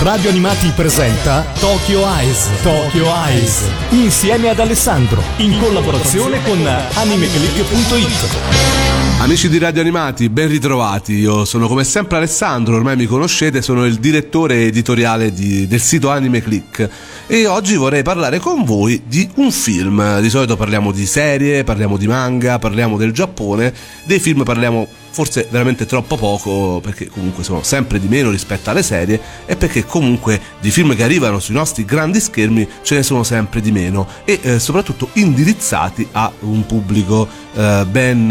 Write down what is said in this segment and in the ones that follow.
Radio Animati presenta Tokyo Eyes. Tokyo Eyes. Insieme ad Alessandro. In collaborazione con animeclick.it. Amici di Radio Animati, ben ritrovati. Io sono come sempre Alessandro, ormai mi conoscete, sono il direttore editoriale del sito Anime Click e oggi vorrei parlare con voi di un film. Di solito parliamo di serie, parliamo di manga, parliamo del Giappone, dei film parliamo forse veramente troppo poco, perché comunque sono sempre di meno rispetto alle serie e perché comunque di film che arrivano sui nostri grandi schermi ce ne sono sempre di meno e soprattutto indirizzati a un pubblico ben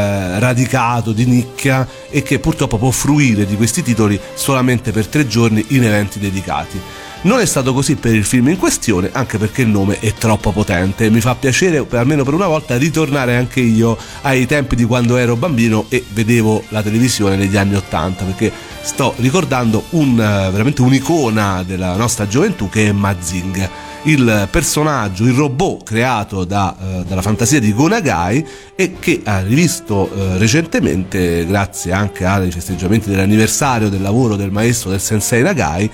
radicato, di nicchia, e che purtroppo può fruire di questi titoli solamente per 3 giorni in eventi dedicati. Non è stato così per il film in questione, anche perché il nome è troppo potente. Mi fa piacere, almeno per una volta, ritornare anche io ai tempi di quando ero bambino e vedevo la televisione negli anni '80, perché sto ricordando veramente un'icona della nostra gioventù, che è Mazinga, il personaggio, il robot creato dalla fantasia di Go Nagai e che ha rivisto recentemente, grazie anche ai festeggiamenti dell'anniversario del lavoro del maestro, del sensei Nagai,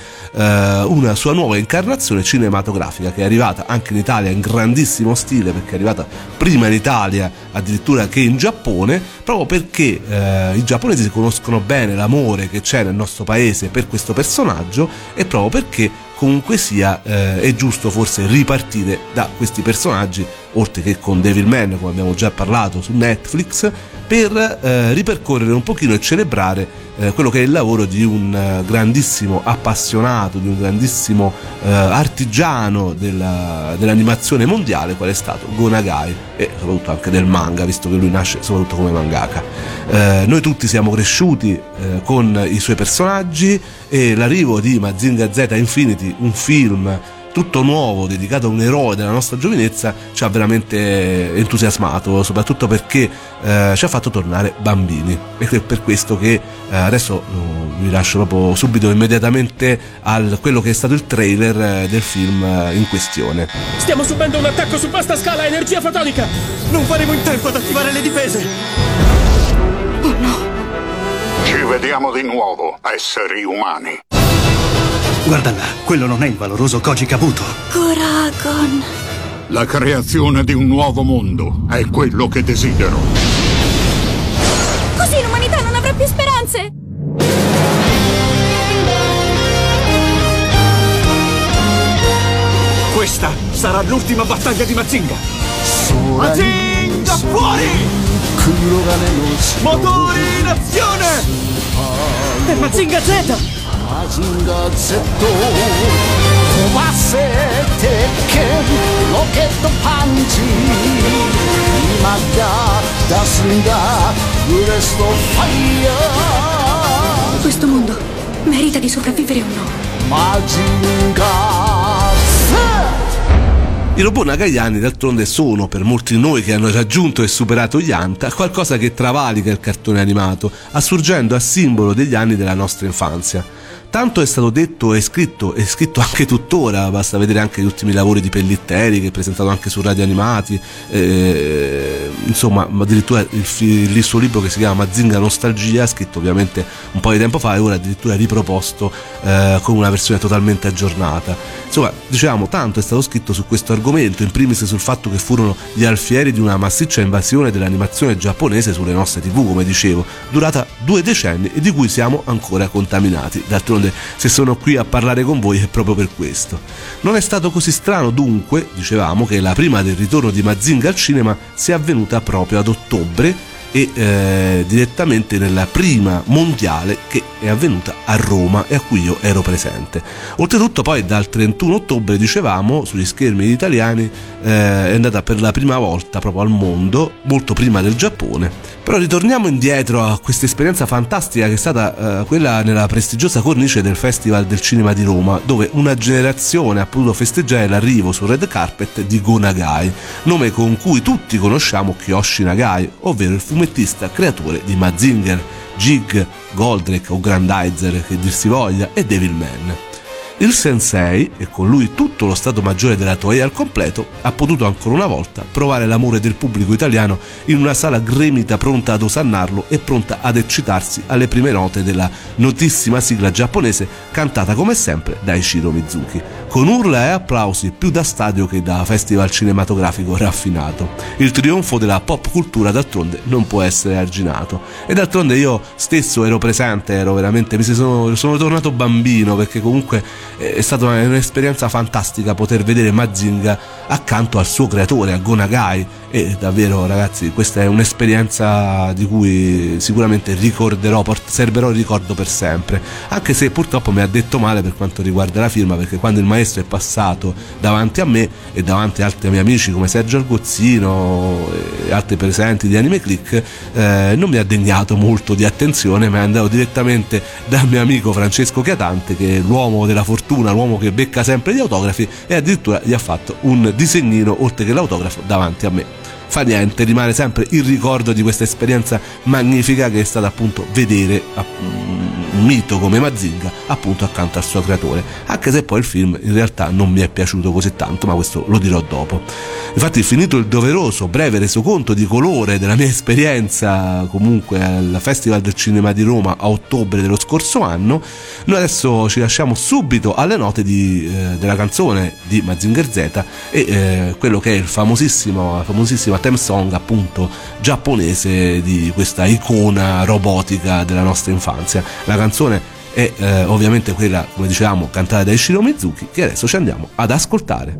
una sua nuova incarnazione cinematografica che è arrivata anche in Italia in grandissimo stile, perché è arrivata prima in Italia addirittura che in Giappone, proprio perché i giapponesi si conoscono bene l'amore che c'è nel nostro paese per questo personaggio, e proprio perché comunque sia è giusto forse ripartire da questi personaggi, oltre che con Devilman, come abbiamo già parlato su Netflix, per ripercorrere un pochino e celebrare quello che è il lavoro di un grandissimo appassionato, di un grandissimo artigiano dell'animazione mondiale, qual è stato Go Nagai, e soprattutto anche del manga, visto che lui nasce soprattutto come mangaka. Noi tutti siamo cresciuti con i suoi personaggi, e l'arrivo di Mazinga Z Infinity, un film tutto nuovo dedicato a un eroe della nostra giovinezza, ci ha veramente entusiasmato, soprattutto perché ci ha fatto tornare bambini, e è per questo che adesso vi lascio proprio subito, immediatamente, a quello che è stato il trailer del film in questione. Stiamo subendo un attacco su vasta scala a energia fotonica! Non faremo in tempo ad attivare le difese! Oh no! Ci vediamo di nuovo, esseri umani. Guarda là, quello non è il valoroso Koji Kabuto. Kuragon. La creazione di un nuovo mondo è quello che desidero. Così l'umanità non avrà più speranze. Questa sarà l'ultima battaglia di Mazinga. Mazinga fuori! Motori in azione! È Mazinga Z! Mazinga Z 飛ばせ鉄拳ロケットパンチ今だ出すんだブレストファイヤー Questo mondo merita di sopravvivere o no? Mazinga Z. I robot nagaiani d'altronde sono, per molti di noi che hanno raggiunto e superato gli Anta, qualcosa che travalica il cartone animato, assurgendo a simbolo degli anni della nostra infanzia. Tanto è stato detto e scritto anche tuttora, basta vedere anche gli ultimi lavori di Pellitteri, che è presentato anche su Radio Animati, insomma, addirittura il suo libro che si chiama Mazinga Nostalgia, scritto ovviamente un po' di tempo fa e ora addirittura riproposto con una versione totalmente aggiornata. Insomma, dicevamo, tanto è stato scritto su questo argomento, in primis sul fatto che furono gli alfieri di una massiccia invasione dell'animazione giapponese sulle nostre TV, come dicevo, durata 2 decenni e di cui siamo ancora contaminati. D'altronde, se sono qui a parlare con voi è proprio per questo. Non è stato così strano dunque, dicevamo, che la prima del ritorno di Mazinga al cinema sia avvenuta proprio ad ottobre e direttamente nella prima mondiale, che è avvenuta a Roma e a cui io ero presente. Oltretutto poi dal 31 ottobre, dicevamo, sugli schermi italiani è andata per la prima volta proprio al mondo, molto prima del Giappone. Però ritorniamo indietro a questa esperienza fantastica che è stata quella nella prestigiosa cornice del Festival del Cinema di Roma, dove una generazione ha potuto festeggiare l'arrivo sul red carpet di Go Nagai, nome con cui tutti conosciamo Kiyoshi Nagai, ovvero il fumettista creatore di Mazinger, Jig, Goldrake o Grandizer, che dir si voglia, e Devilman. Il sensei, e con lui tutto lo stato maggiore della Toei al completo, ha potuto ancora una volta provare l'amore del pubblico italiano in una sala gremita pronta ad osannarlo e pronta ad eccitarsi alle prime note della notissima sigla giapponese cantata come sempre da Eiichiro Mizuki, con urla e applausi più da stadio che da festival cinematografico raffinato. Il trionfo della pop cultura d'altronde non può essere arginato, e d'altronde io stesso ero presente, ero veramente, sono tornato bambino, perché comunque è stata un'esperienza fantastica poter vedere Mazinga accanto al suo creatore, a Go Nagai, e davvero ragazzi questa è un'esperienza di cui sicuramente serberò il ricordo per sempre, anche se purtroppo mi ha detto male per quanto riguarda la firma, perché quando il maestro è passato davanti a me e davanti a altri miei amici come Sergio Argozzino e altri presenti di Anime Click, non mi ha degnato molto di attenzione, ma è andato direttamente dal mio amico Francesco Chiatante, che è l'uomo della fortuna, l'uomo che becca sempre gli autografi, e addirittura gli ha fatto un disegnino oltre che l'autografo davanti a me. Fa niente, rimane sempre il ricordo di questa esperienza magnifica che è stata appunto vedere un mito come Mazinga appunto accanto al suo creatore, anche se poi il film in realtà non mi è piaciuto così tanto, ma questo lo dirò dopo. Infatti, finito il doveroso breve resoconto di colore della mia esperienza comunque al Festival del Cinema di Roma a ottobre dello scorso anno, noi adesso ci lasciamo subito alle note della canzone di Mazinger Z e quello che è il famosissima theme song appunto giapponese di questa icona robotica della nostra infanzia. La canzone è ovviamente quella, come dicevamo, cantata da Eiichiro Mizuki, che adesso ci andiamo ad ascoltare.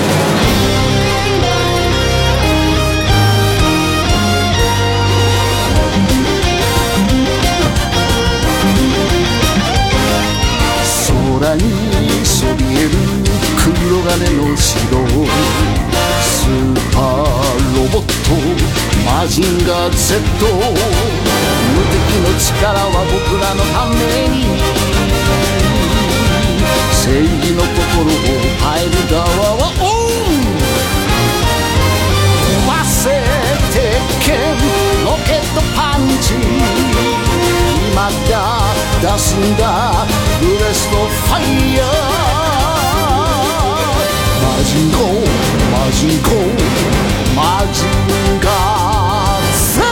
空にそびえる黒金の城、スーパーロボットマジンガー Z、 無敵の力は僕らのために、正義の心を変える側はオン、飛ばせ鉄拳ロケットパンチ、今だ出すんだブレストファイヤー、マジンコマジンコマジンガー Z。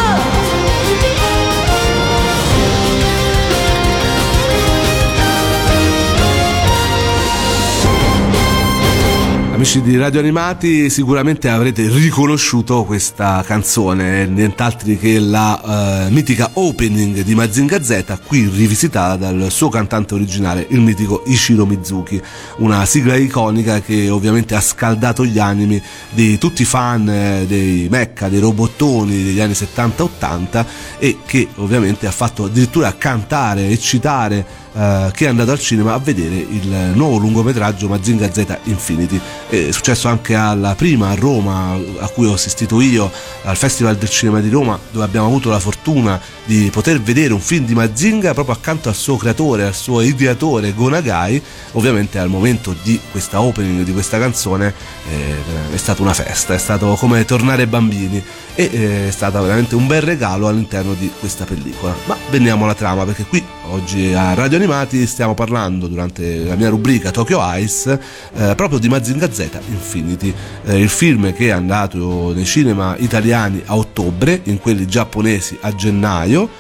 Amici di Radio Animati, sicuramente avrete riconosciuto questa canzone, nient'altro che la mitica opening di Mazinga Z, qui rivisitata dal suo cantante originale, il mitico Eiichiro Mizuki, una sigla iconica che ovviamente ha scaldato gli animi di tutti i fan dei mecha, dei robottoni degli anni 70-80 e che ovviamente ha fatto addirittura cantare, eccitare chi è andato al cinema a vedere il nuovo lungometraggio Mazinga Z Infinity. È successo anche alla prima a Roma, a cui ho assistito io, al Festival del Cinema di Roma, dove abbiamo avuto la fortuna di poter vedere un film di Mazinga proprio accanto al suo creatore, al suo ideatore Go Nagai. Ovviamente al momento di questa opening, di questa canzone, è stata una festa, è stato come tornare bambini e è stato veramente un bel regalo all'interno di questa pellicola. Ma veniamo alla trama, perché qui oggi a Radio Animati stiamo parlando, durante la mia rubrica Tokyo Ice, proprio di Mazinga Z Infinity, il film che è andato nei cinema italiani a ottobre, in quelli giapponesi a gennaio,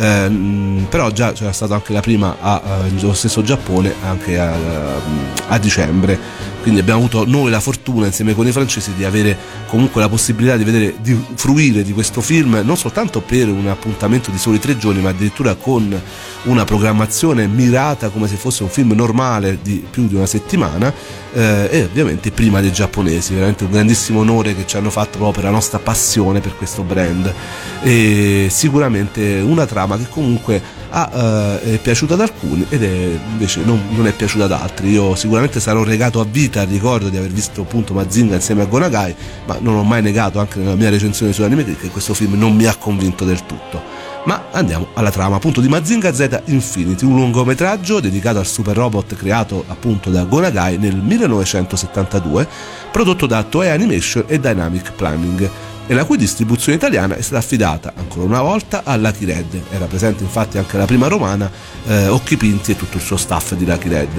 però già c'era stata anche la prima nello stesso Giappone anche a dicembre, quindi abbiamo avuto noi la fortuna insieme con i francesi di avere comunque la possibilità di vedere, di fruire di questo film non soltanto per un appuntamento di soli 3 giorni, ma addirittura con una programmazione mirata come se fosse un film normale di più di una settimana, e ovviamente prima dei giapponesi. Veramente un grandissimo onore che ci hanno fatto proprio per la nostra passione per questo brand, e sicuramente una trama che comunque è piaciuta ad alcuni ed invece non è piaciuta ad altri. Io sicuramente sarò legato a vita al ricordo di aver visto appunto Mazinga insieme a Go Nagai, ma non ho mai negato anche nella mia recensione su Anime Click che questo film non mi ha convinto del tutto. Ma andiamo alla trama appunto di Mazinga Z Infinity, un lungometraggio dedicato al super robot creato appunto da Go Nagai nel 1972, prodotto da Toei Animation e Dynamic Planning, e la cui distribuzione italiana è stata affidata ancora una volta a Lucky Red. Era presente infatti anche la prima romana, Occhi Pinti e tutto il suo staff di Lucky Red.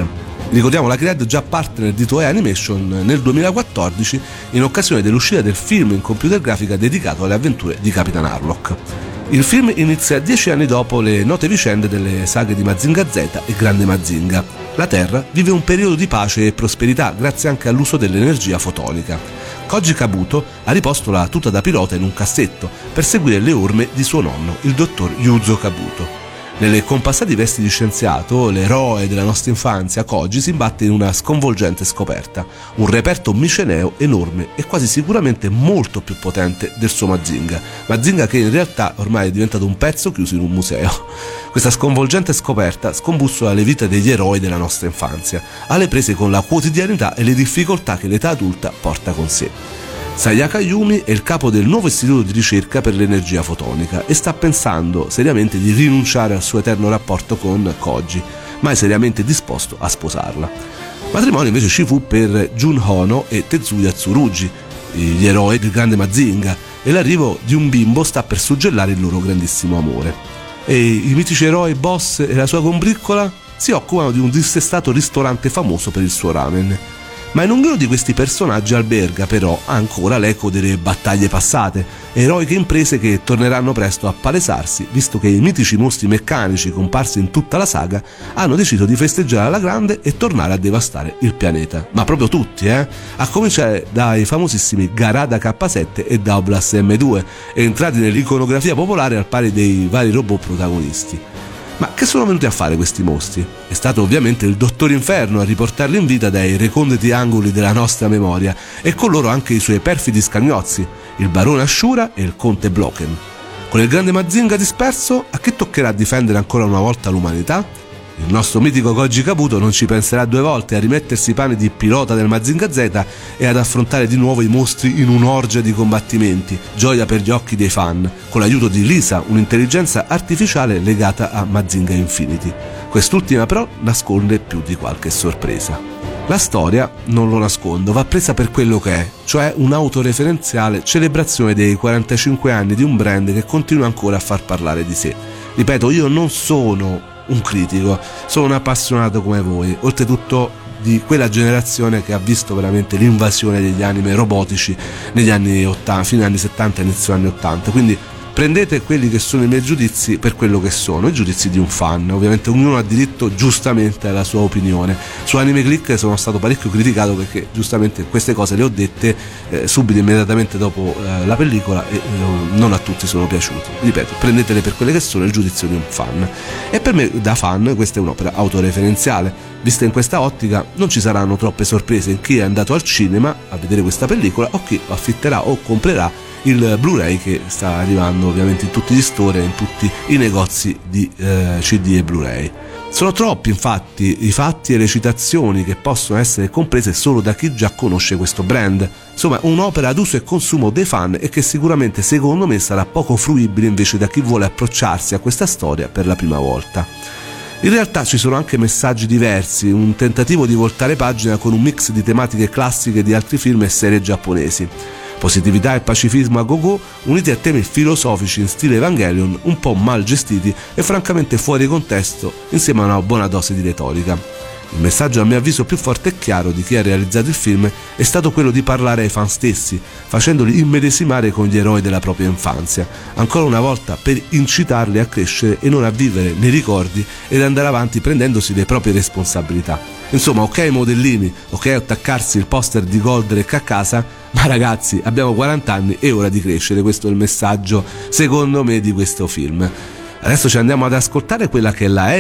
Ricordiamo la Creed già partner di Toei Animation nel 2014 in occasione dell'uscita del film in computer grafica dedicato alle avventure di Capitan Harlock. Il film inizia 10 anni dopo le note vicende delle saghe di Mazinga Z e Grande Mazinga. La Terra vive un periodo di pace e prosperità grazie anche all'uso dell'energia fotonica. Koji Kabuto ha riposto la tuta da pilota in un cassetto per seguire le orme di suo nonno, il dottor Yuzo Kabuto. Nelle compassate vesti di scienziato, l'eroe della nostra infanzia, Koji, si imbatte in una sconvolgente scoperta, un reperto miceneo enorme e quasi sicuramente molto più potente del suo Mazinga che in realtà ormai è diventato un pezzo chiuso in un museo. Questa sconvolgente scoperta scombussola le vite degli eroi della nostra infanzia, alle prese con la quotidianità e le difficoltà che l'età adulta porta con sé. Sayaka Yumi è il capo del nuovo istituto di ricerca per l'energia fotonica e sta pensando seriamente di rinunciare al suo eterno rapporto con Koji, ma è seriamente disposto a sposarla. Matrimonio invece ci fu per Jun Hono e Tetsuya Tsurugi, gli eroi del Grande Mazinga, e l'arrivo di un bimbo sta per suggellare il loro grandissimo amore. E i mitici eroi Boss e la sua combriccola si occupano di un dissestato ristorante famoso per il suo ramen. Ma in ognuno di questi personaggi alberga però ancora l'eco delle battaglie passate, eroiche imprese che torneranno presto a palesarsi, visto che i mitici mostri meccanici comparsi in tutta la saga hanno deciso di festeggiare alla grande e tornare a devastare il pianeta. Ma proprio tutti, a cominciare dai famosissimi Garada K7 e Daublas M2, entrati nell'iconografia popolare al pari dei vari robot protagonisti. Ma che sono venuti a fare questi mostri? È stato ovviamente il Dottor Inferno a riportarli in vita dai reconditi angoli della nostra memoria, e con loro anche i suoi perfidi scagnozzi, il Barone Ashura e il Conte Blocken. Con il Grande Mazinga disperso, a che toccherà difendere ancora una volta l'umanità? Il nostro mitico Koji Kabuto non ci penserà due volte a rimettersi i panni di pilota del Mazinga Z e ad affrontare di nuovo i mostri in un'orgia di combattimenti, gioia per gli occhi dei fan, con l'aiuto di Lisa, un'intelligenza artificiale legata a Mazinga Infinity. Quest'ultima però nasconde più di qualche sorpresa. La storia, non lo nascondo, va presa per quello che è, cioè un'autoreferenziale celebrazione dei 45 anni di un brand che continua ancora a far parlare di sé. Ripeto, io non sono un critico, sono un appassionato come voi, oltretutto di quella generazione che ha visto veramente l'invasione degli anime robotici negli anni 80, fine anni 70 inizio anni 80, quindi prendete quelli che sono i miei giudizi per quello che sono, i giudizi di un fan. Ovviamente ognuno ha diritto giustamente alla sua opinione. Su Anime Click sono stato parecchio criticato perché giustamente queste cose le ho dette subito, immediatamente dopo la pellicola, e non a tutti sono piaciuti. Ripeto, prendetele per quelle che sono, il giudizio di un fan. E per me, da fan, questa è un'opera autoreferenziale. Vista in questa ottica, non ci saranno troppe sorprese in chi è andato al cinema a vedere questa pellicola o chi affitterà o comprerà il Blu-ray che sta arrivando ovviamente in tutti gli store e in tutti i negozi di CD e Blu-ray. Sono troppi infatti i fatti e le citazioni che possono essere comprese solo da chi già conosce questo brand. Insomma, un'opera ad uso e consumo dei fan e che sicuramente secondo me sarà poco fruibile invece da chi vuole approcciarsi a questa storia per la prima volta. In realtà ci sono anche messaggi diversi, un tentativo di voltare pagina con un mix di tematiche classiche di altri film e serie giapponesi. Positività e pacifismo a go-go uniti a temi filosofici in stile Evangelion, un po' mal gestiti e francamente fuori contesto, insieme a una buona dose di retorica. Il messaggio a mio avviso più forte e chiaro di chi ha realizzato il film è stato quello di parlare ai fan stessi, facendoli immedesimare con gli eroi della propria infanzia, ancora una volta per incitarli a crescere e non a vivere nei ricordi ed andare avanti prendendosi le proprie responsabilità. Insomma, ok modellini, ok attaccarsi il poster di Goldrake a casa, ma ragazzi, abbiamo 40 anni, è ora di crescere. Questo è il messaggio, secondo me, di questo film. Adesso ci andiamo ad ascoltare quella che è la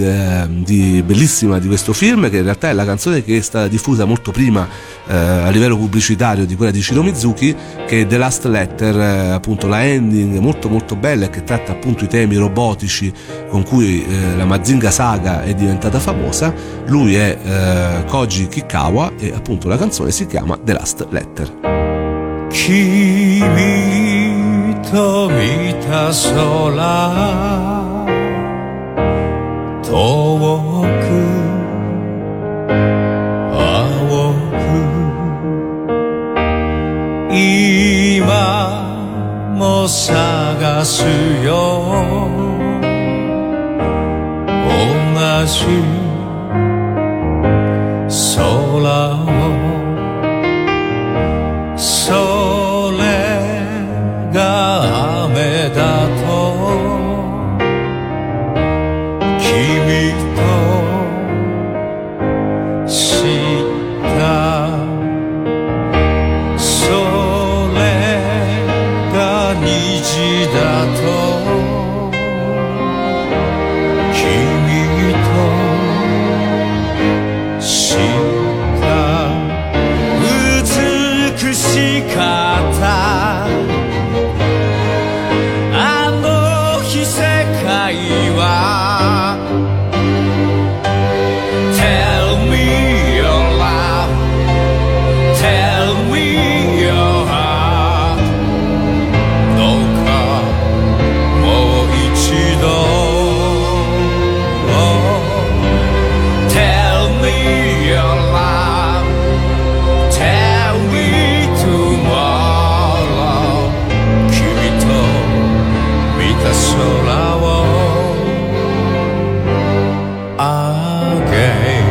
ending bellissima di questo film, che in realtà è la canzone che è stata diffusa molto prima a livello pubblicitario di quella di Shiro Mizuki, che è The Last Letter, appunto la ending molto molto bella e che tratta appunto i temi robotici con cui la Mazinga Saga è diventata famosa. Lui è Koji Kikawa e appunto la canzone si chiama The Last Letter. と見た空遠く青く今も探すよ同じしたそれが虹だと君と知った美しかったあの日世界はTell me your love Tell me your heart どうかもう一度Tell me your love Tell me tomorrow 君と見た空を again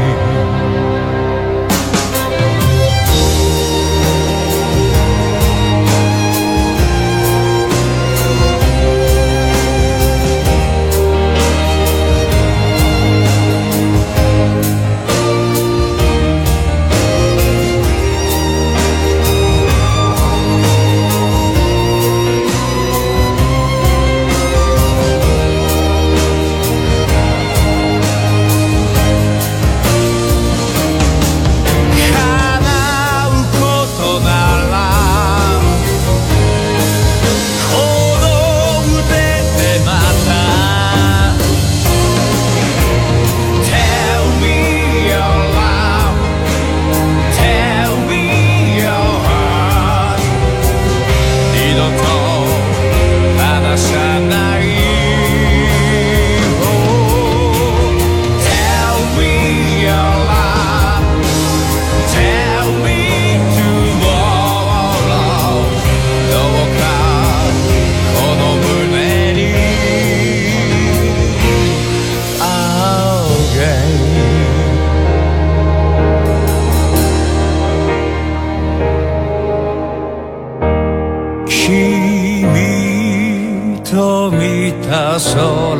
君と見た空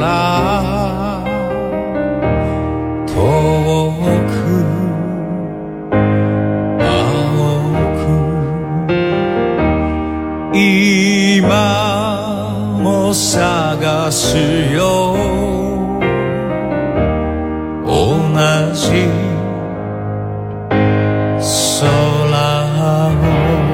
遠く青く今も探すよ同じ空を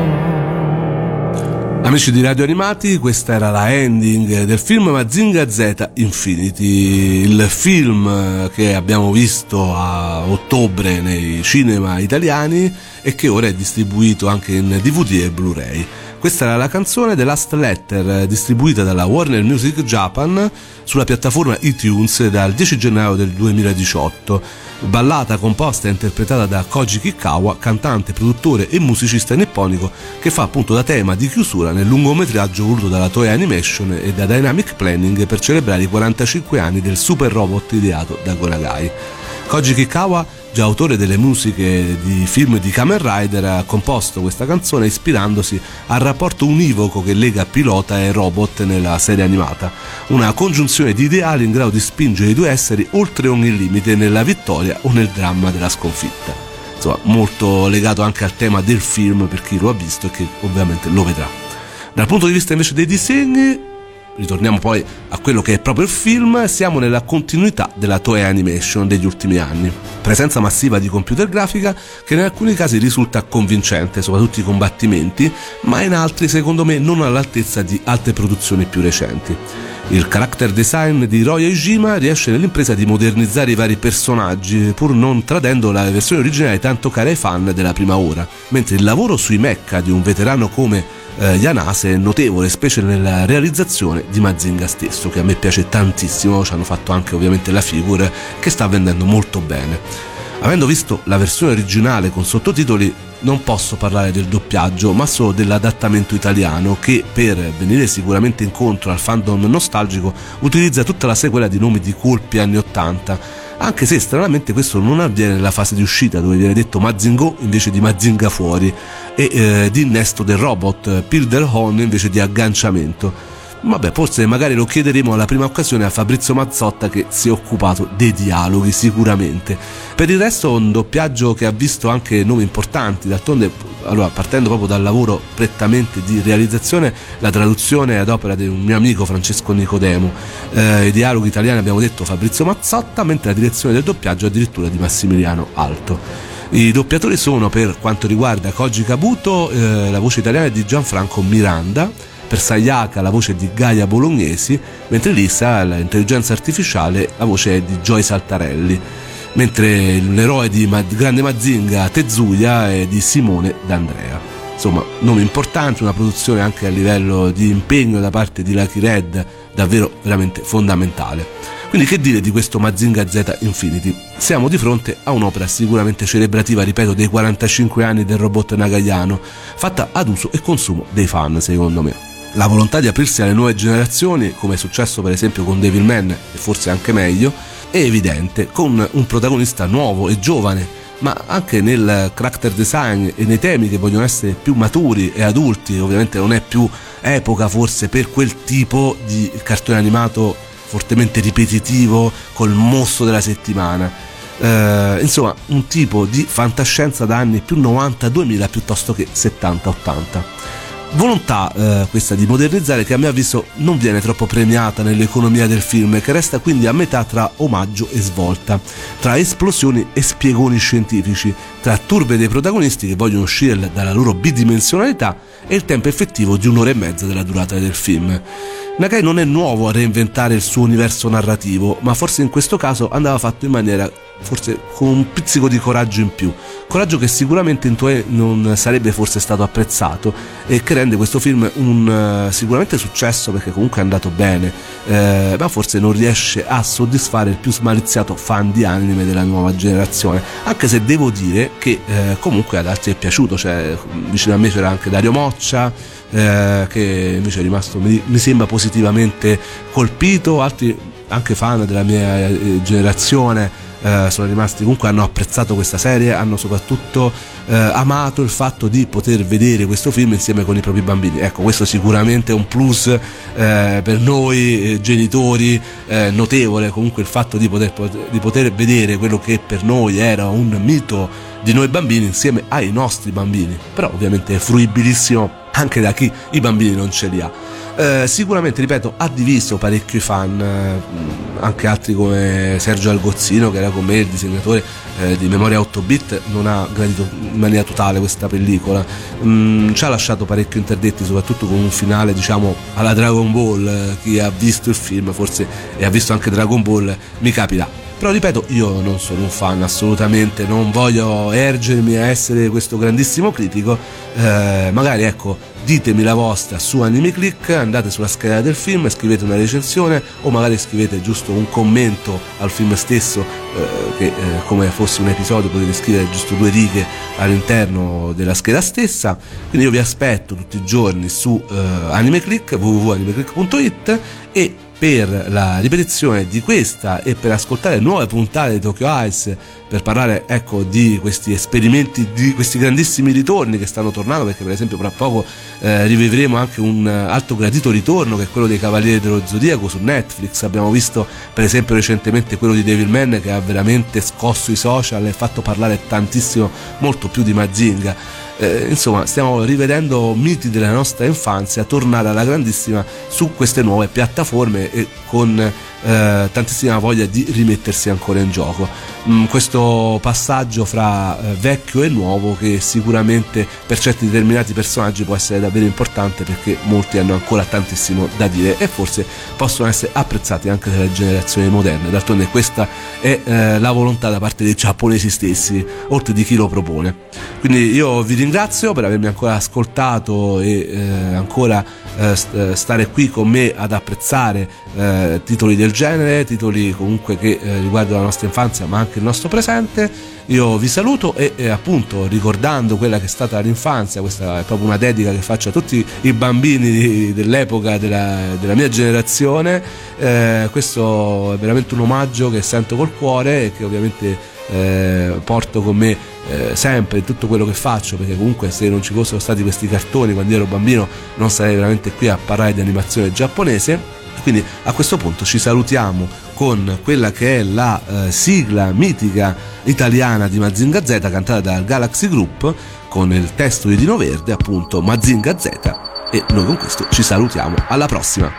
Amici di Radio Animati, questa era la ending del film Mazinga Z Infinity, il film che abbiamo visto a ottobre nei cinema italiani e che ora è distribuito anche in DVD e Blu-ray. Questa era la canzone The Last Letter, distribuita dalla Warner Music Japan sulla piattaforma iTunes dal 10 gennaio del 2018. Ballata composta e interpretata da Koji Kikkawa, cantante, produttore e musicista nipponico, che fa appunto da tema di chiusura nel lungometraggio voluto dalla Toei Animation e da Dynamic Planning per celebrare i 45 anni del super robot ideato da Go Nagai. Koji Kikkawa, già autore delle musiche di film di Kamen Rider, ha composto questa canzone ispirandosi al rapporto univoco che lega pilota e robot nella serie animata, una congiunzione di ideali in grado di spingere i due esseri oltre ogni limite nella vittoria o nel dramma della sconfitta. Insomma, molto legato anche al tema del film per chi lo ha visto e che ovviamente lo vedrà. Dal punto di vista invece dei disegni, ritorniamo poi a quello che è proprio il film, siamo nella continuità della Toei Animation degli ultimi anni. Presenza massiva di computer grafica che in alcuni casi risulta convincente, soprattutto i combattimenti, ma in altri secondo me non all'altezza di altre produzioni più recenti. Il character design di Roy Ejima riesce nell'impresa di modernizzare i vari personaggi, pur non tradendo la versione originale tanto cara ai fan della prima ora, mentre il lavoro sui mecha di un veterano come Yanase è notevole, specie nella realizzazione di Mazinga stesso, che a me piace tantissimo. Ci hanno fatto anche ovviamente la figure che sta vendendo molto bene. Avendo visto la versione originale con sottotitoli non posso parlare del doppiaggio, ma solo dell'adattamento italiano che, per venire sicuramente incontro al fandom nostalgico, utilizza tutta la sequela di nomi di colpi anni 80, anche se stranamente questo non avviene nella fase di uscita, dove viene detto Mazingo invece di Mazinga fuori, e di innesto del robot, Pilder Hon invece di agganciamento. Vabbè, forse magari lo chiederemo alla prima occasione a Fabrizio Mazzotta, che si è occupato dei dialoghi sicuramente. Per il resto un doppiaggio che ha visto anche nomi importanti, d'altronde, allora, partendo proprio dal lavoro prettamente di realizzazione, la traduzione ad opera di un mio amico Francesco Nicodemo, i dialoghi italiani abbiamo detto Fabrizio Mazzotta, mentre la direzione del doppiaggio addirittura di Massimiliano Alto. I doppiatori sono, per quanto riguarda Koji Kabuto, la voce italiana è di Gianfranco Miranda, per Sayaka la voce è di Gaia Bolognesi, mentre Lisa, l'intelligenza artificiale, la voce è di Joyce Altarelli, mentre l'eroe di Grande Mazinga, Tezuya, è di Simone D'Andrea. Insomma, nomi importanti, una produzione anche a livello di impegno da parte di Lucky Red davvero veramente fondamentale. Quindi che dire di questo Mazinga Z Infinity? Siamo di fronte a un'opera sicuramente celebrativa, ripeto, dei 45 anni del robot Nagayano, fatta ad uso e consumo dei fan, secondo me. La volontà di aprirsi alle nuove generazioni, come è successo per esempio con Devilman, e forse anche meglio, è evidente, con un protagonista nuovo e giovane, ma anche nel character design e nei temi che vogliono essere più maturi e adulti. Ovviamente non è più epoca forse per quel tipo di cartone animato fortemente ripetitivo col mostro della settimana. Insomma, un tipo di fantascienza da anni più 90-2000 piuttosto che 70-80. Volontà questa di modernizzare, che a mio avviso non viene troppo premiata nell'economia del film, che resta quindi a metà tra omaggio e svolta, tra esplosioni e spiegoni scientifici, tra turbe dei protagonisti che vogliono uscire dalla loro bidimensionalità e il tempo effettivo di 1 ora e mezza della durata del film. Nagai non è nuovo a reinventare il suo universo narrativo, ma forse in questo caso andava fatto in maniera forse con un pizzico di coraggio in più, coraggio che sicuramente in Toei non sarebbe forse stato apprezzato e che rende questo film un sicuramente successo, perché comunque è andato bene, ma forse non riesce a soddisfare il più smaliziato fan di anime della nuova generazione, anche se devo dire che comunque ad altri è piaciuto. Cioè, vicino a me c'era anche Dario Moccia, che invece è rimasto, mi sembra, positivamente colpito. Altri anche fan della mia generazione sono rimasti, comunque hanno apprezzato questa serie, hanno soprattutto amato il fatto di poter vedere questo film insieme con i propri bambini. Ecco, questo sicuramente è un plus per noi genitori notevole. Comunque il fatto di poter vedere quello che per noi era un mito di noi bambini insieme ai nostri bambini, però ovviamente è fruibilissimo anche da chi i bambini non ce li ha. Sicuramente, ripeto, ha diviso parecchio i fan, anche altri come Sergio Algozzino, che era con me il disegnatore di Memoria 8-bit, non ha gradito in maniera totale questa pellicola, ci ha lasciato parecchio interdetti, soprattutto con un finale diciamo alla Dragon Ball. Chi ha visto il film forse e ha visto anche Dragon Ball mi capirà. Però ripeto, io non sono un fan, assolutamente, non voglio ergermi a essere questo grandissimo critico. Magari, ecco, ditemi la vostra su Anime Click, andate sulla scheda del film, scrivete una recensione o magari scrivete giusto un commento al film stesso, che come fosse un episodio potete scrivere giusto 2 righe all'interno della scheda stessa. Quindi io vi aspetto tutti i giorni su Anime Click, www.animeclick.it, e per la ripetizione di questa e per ascoltare nuove puntate di Tokyo Eyes, per parlare, ecco, di questi esperimenti, di questi grandissimi ritorni che stanno tornando, perché per esempio fra poco rivivremo anche un altro gradito ritorno, che è quello dei Cavalieri dello Zodiaco su Netflix. Abbiamo visto per esempio recentemente quello di Devilman, che ha veramente scosso i social e fatto parlare tantissimo, molto più di Mazinga. Insomma, stiamo rivedendo miti della nostra infanzia tornare alla grandissima su queste nuove piattaforme e con tantissima voglia di rimettersi ancora in gioco. Questo passaggio fra vecchio e nuovo, che sicuramente per certi determinati personaggi può essere davvero importante, perché molti hanno ancora tantissimo da dire e forse possono essere apprezzati anche dalle generazioni moderne. D'altronde questa è la volontà da parte dei giapponesi stessi, oltre di chi lo propone. Quindi io vi ringrazio per avermi ancora ascoltato e ancora stare qui con me ad apprezzare titoli del genere, titoli comunque che riguardano la nostra infanzia ma anche il nostro presente. Io vi saluto e appunto, ricordando quella che è stata l'infanzia, questa è proprio una dedica che faccio a tutti i bambini dell'epoca della mia generazione. Questo è veramente un omaggio che sento col cuore e che ovviamente porto con me sempre in tutto quello che faccio, perché comunque se non ci fossero stati questi cartoni quando ero bambino non sarei veramente qui a parlare di animazione giapponese. Quindi a questo punto ci salutiamo con quella che è la sigla mitica italiana di Mazinga Z, cantata dal Galaxy Group con il testo di Dino Verde, appunto Mazinga Z, e noi con questo ci salutiamo, alla prossima.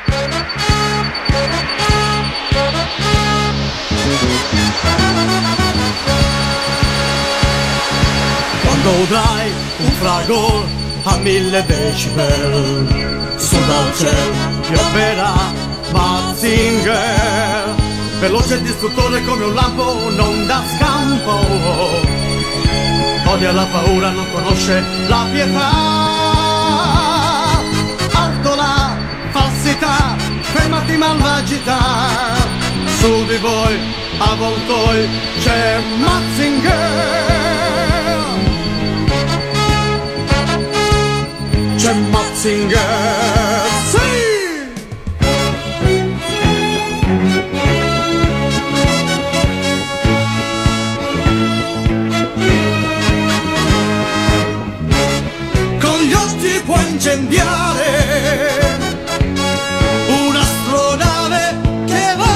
Quando udrai un fragor a 1000 decibel, su dal cielo pioverà Mazinger, veloce e distruttore come un lampo, non dà scampo, odia la paura, non conosce la pietà, alto la falsità, fermati malvagità, su di voi avvoltoi c'è Mazinger. C'è Mazinger, sì! Con gli occhi può incendiare un'astronave che va.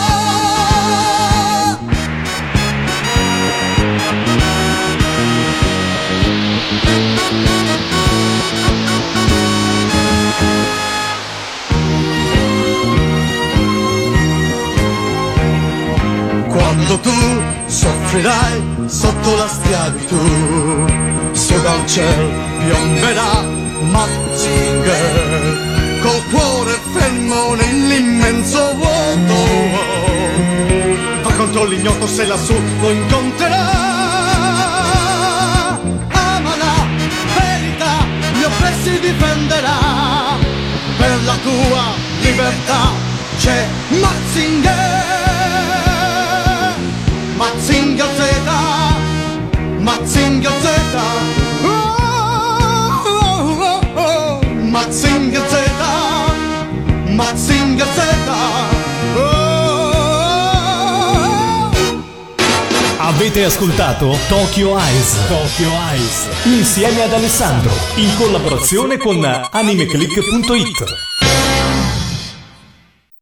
Quando tu soffrirai sotto la schiavitù, su dal cielo piomberà Mazinger, col cuore fermo nell'immenso vuoto, va contro l'ignoto se lassù lo incontrerà, ama la verità, gli oppressi difenderà, per la tua libertà c'è Mazinger. Mazinga Z, Mazinga Z, oh, oh, oh, oh. Mazinga Z, Mazinga Z, oh, oh. Avete ascoltato Tokyo Eyes, Tokyo Eyes, insieme ad Alessandro, in collaborazione con animeclick.it.